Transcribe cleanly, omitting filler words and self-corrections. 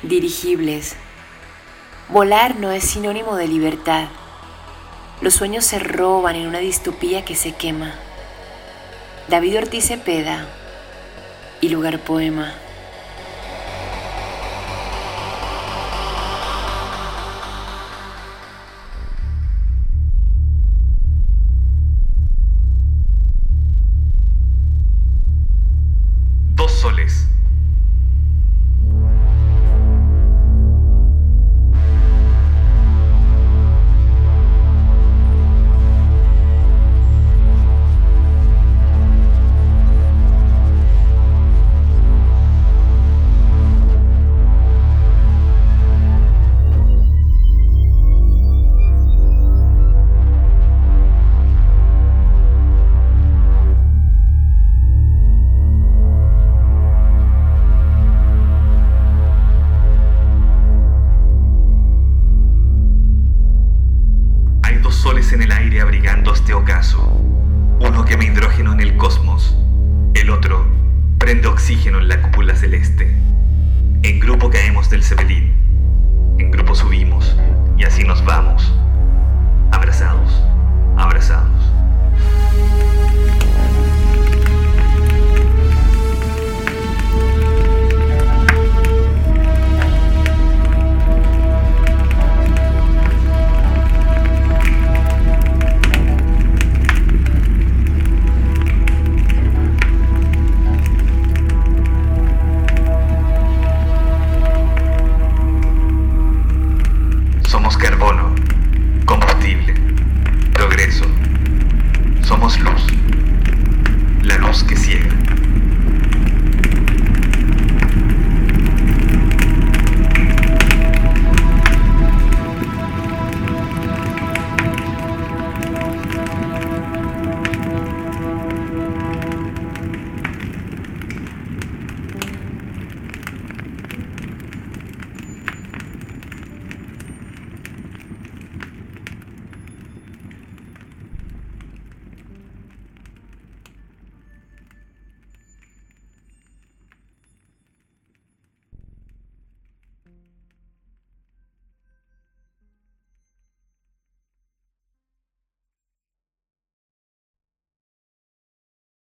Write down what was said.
Dirigibles. Volar no es sinónimo de libertad. Los sueños se roban en una distopía que se quema. David Ortiz Cepeda y Lugar Poema. Dos soles. Soles en el aire abrigando este ocaso. Uno quema hidrógeno en el cosmos. El otro prende oxígeno en la cúpula celeste. En grupo caemos del Zeppelin. En grupo subimos. Y así nos vamos. Abrazados. Abrazados.